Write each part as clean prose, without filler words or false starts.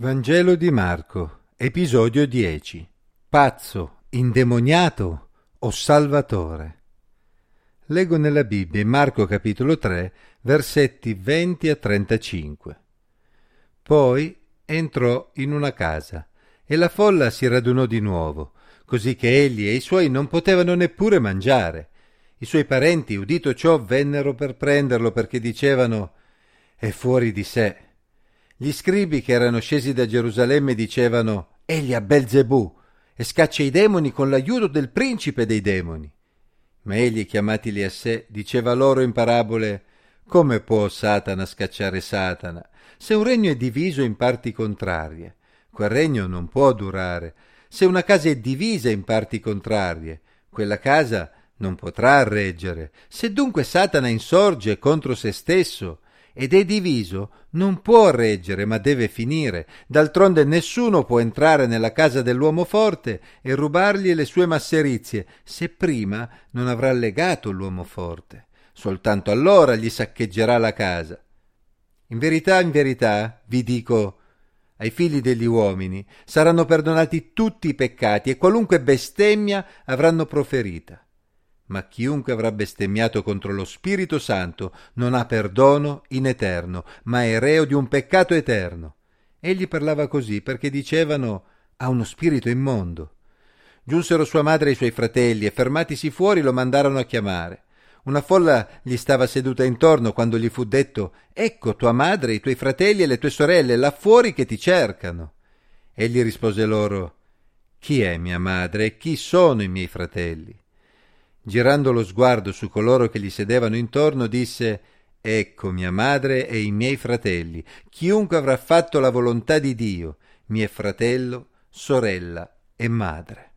Vangelo di Marco, episodio 10. Pazzo, indemoniato o Salvatore? Leggo nella Bibbia in Marco capitolo 3, versetti 20 a 35. Poi entrò in una casa e la folla si radunò di nuovo, così che egli e i suoi non potevano neppure mangiare. I suoi parenti, udito ciò, vennero per prenderlo perché dicevano: «È fuori di sé». Gli scribi che erano scesi da Gerusalemme dicevano: «Egli ha Belzebù e scaccia i demoni con l'aiuto del principe dei demoni». Ma egli, chiamatili a sé, diceva loro in parabole: «Come può Satana scacciare Satana? Se un regno è diviso in parti contrarie, quel regno non può durare. Se una casa è divisa in parti contrarie, quella casa non potrà reggere. Se dunque Satana insorge contro se stesso ed è diviso, non può reggere, ma deve finire. D'altronde nessuno può entrare nella casa dell'uomo forte e rubargli le sue masserizie, se prima non avrà legato l'uomo forte. Soltanto allora gli saccheggerà la casa. In verità, vi dico, ai figli degli uomini saranno perdonati tutti i peccati e qualunque bestemmia avranno proferita. Ma chiunque avrà bestemmiato contro lo Spirito Santo non ha perdono in eterno, ma è reo di un peccato eterno. Egli parlava così perché dicevano: «Ha uno spirito immondo». Giunsero sua madre e i suoi fratelli e, fermatisi fuori, lo mandarono a chiamare. Una folla gli stava seduta intorno quando gli fu detto: «Ecco tua madre, i tuoi fratelli e le tue sorelle là fuori che ti cercano». Egli rispose loro: «Chi è mia madre e chi sono i miei fratelli?» Girando lo sguardo su coloro che gli sedevano intorno, disse: «Ecco mia madre e i miei fratelli. Chiunque avrà fatto la volontà di Dio, mio fratello, sorella e madre».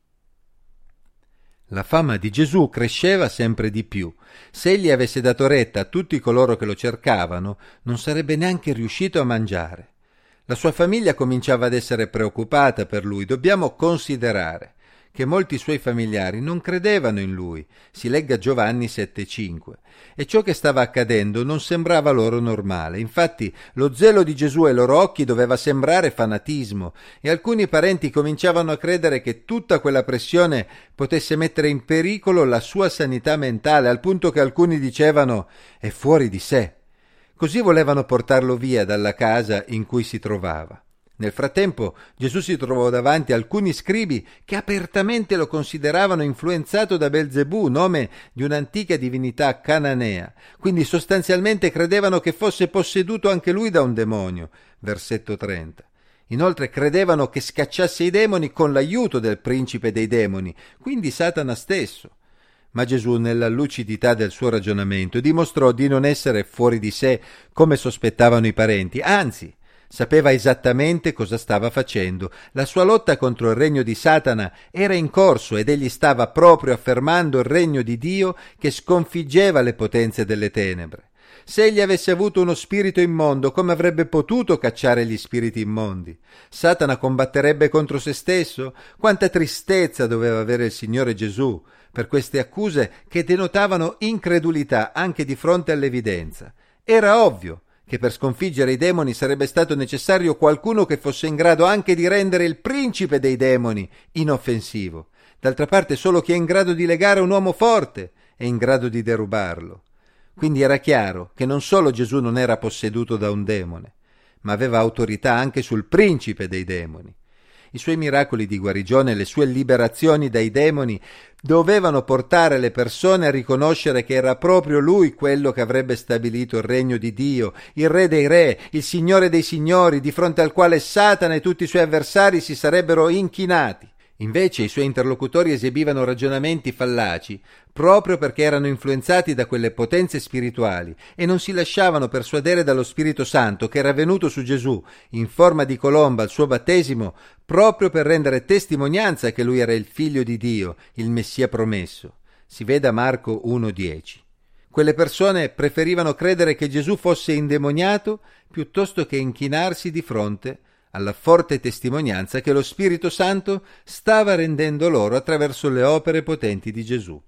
La fama di Gesù cresceva sempre di più. Se egli avesse dato retta a tutti coloro che lo cercavano, non sarebbe neanche riuscito a mangiare. La sua famiglia cominciava ad essere preoccupata per lui. Dobbiamo considerare che molti suoi familiari non credevano in lui, si legga Giovanni 7,5, e ciò che stava accadendo non sembrava loro normale. Infatti lo zelo di Gesù ai loro occhi doveva sembrare fanatismo, e alcuni parenti cominciavano a credere che tutta quella pressione potesse mettere in pericolo la sua sanità mentale, al punto che alcuni dicevano: «È fuori di sé». Così volevano portarlo via dalla casa in cui si trovava. Nel frattempo Gesù si trovò davanti a alcuni scribi che apertamente lo consideravano influenzato da Belzebù, nome di un'antica divinità cananea. Quindi sostanzialmente credevano che fosse posseduto anche lui da un demonio. Versetto 30. Inoltre credevano che scacciasse i demoni con l'aiuto del principe dei demoni, quindi Satana stesso. Ma Gesù, nella lucidità del suo ragionamento, dimostrò di non essere fuori di sé come sospettavano i parenti, anzi, sapeva esattamente cosa stava facendo. La sua lotta contro il regno di Satana era in corso ed egli stava proprio affermando il regno di Dio che sconfiggeva le potenze delle tenebre. Se egli avesse avuto uno spirito immondo, come avrebbe potuto cacciare gli spiriti immondi? Satana combatterebbe contro se stesso? Quanta tristezza doveva avere il Signore Gesù per queste accuse che denotavano incredulità anche di fronte all'evidenza. Era ovvio che per sconfiggere i demoni sarebbe stato necessario qualcuno che fosse in grado anche di rendere il principe dei demoni inoffensivo. D'altra parte solo chi è in grado di legare un uomo forte è in grado di derubarlo. Quindi era chiaro che non solo Gesù non era posseduto da un demone, ma aveva autorità anche sul principe dei demoni. I suoi miracoli di guarigione e le sue liberazioni dai demoni dovevano portare le persone a riconoscere che era proprio lui quello che avrebbe stabilito il regno di Dio, il re dei re, il signore dei signori, di fronte al quale Satana e tutti i suoi avversari si sarebbero inchinati. Invece i suoi interlocutori esibivano ragionamenti fallaci proprio perché erano influenzati da quelle potenze spirituali e non si lasciavano persuadere dallo Spirito Santo che era venuto su Gesù in forma di colomba al suo battesimo proprio per rendere testimonianza che lui era il Figlio di Dio, il Messia promesso. Si veda Marco 1,10. Quelle persone preferivano credere che Gesù fosse indemoniato piuttosto che inchinarsi di fronte alla forte testimonianza che lo Spirito Santo stava rendendo loro attraverso le opere potenti di Gesù.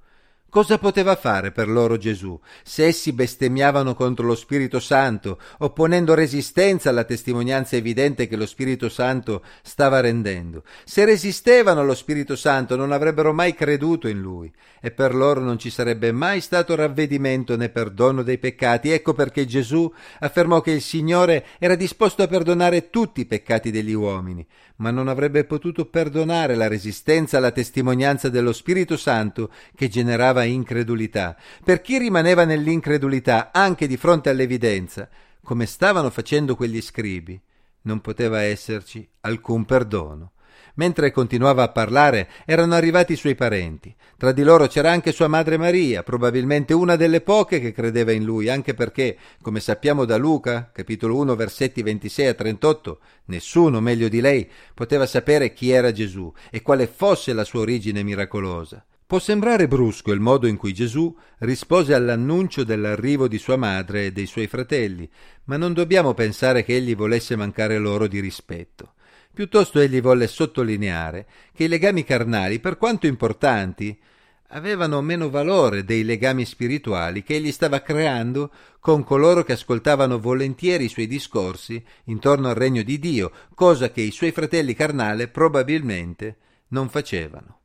Cosa poteva fare per loro Gesù, se essi bestemmiavano contro lo Spirito Santo, opponendo resistenza alla testimonianza evidente che lo Spirito Santo stava rendendo? Se resistevano allo Spirito Santo non avrebbero mai creduto in Lui, e per loro non ci sarebbe mai stato ravvedimento né perdono dei peccati. Ecco perché Gesù affermò che il Signore era disposto a perdonare tutti i peccati degli uomini, ma non avrebbe potuto perdonare la resistenza alla testimonianza dello Spirito Santo che generava incredulità. Per chi rimaneva nell'incredulità anche di fronte all'evidenza, come stavano facendo quegli scribi, non poteva esserci alcun perdono. Mentre continuava a parlare, erano arrivati i suoi parenti. Tra di loro c'era anche sua madre Maria, probabilmente una delle poche che credeva in lui, anche perché, come sappiamo da Luca, capitolo 1, versetti 26 a 38, nessuno meglio di lei poteva sapere chi era Gesù e quale fosse la sua origine miracolosa. Può sembrare brusco il modo in cui Gesù rispose all'annuncio dell'arrivo di sua madre e dei suoi fratelli, ma non dobbiamo pensare che egli volesse mancare loro di rispetto. Piuttosto egli volle sottolineare che i legami carnali, per quanto importanti, avevano meno valore dei legami spirituali che egli stava creando con coloro che ascoltavano volentieri i suoi discorsi intorno al regno di Dio, cosa che i suoi fratelli carnali probabilmente non facevano.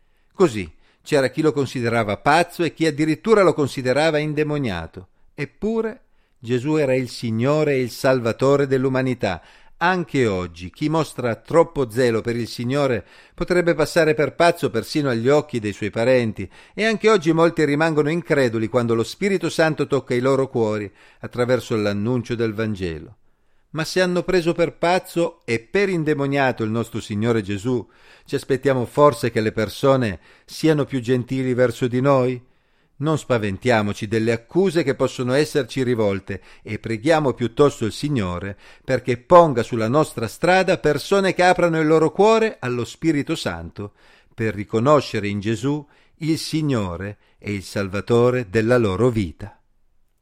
Così c'era chi lo considerava pazzo e chi addirittura lo considerava indemoniato. Eppure Gesù era il Signore e il Salvatore dell'umanità. Anche oggi chi mostra troppo zelo per il Signore potrebbe passare per pazzo persino agli occhi dei suoi parenti, e anche oggi molti rimangono increduli quando lo Spirito Santo tocca i loro cuori attraverso l'annuncio del Vangelo. Ma se hanno preso per pazzo e per indemoniato il nostro Signore Gesù, ci aspettiamo forse che le persone siano più gentili verso di noi? Non spaventiamoci delle accuse che possono esserci rivolte e preghiamo piuttosto il Signore perché ponga sulla nostra strada persone che aprano il loro cuore allo Spirito Santo per riconoscere in Gesù il Signore e il Salvatore della loro vita.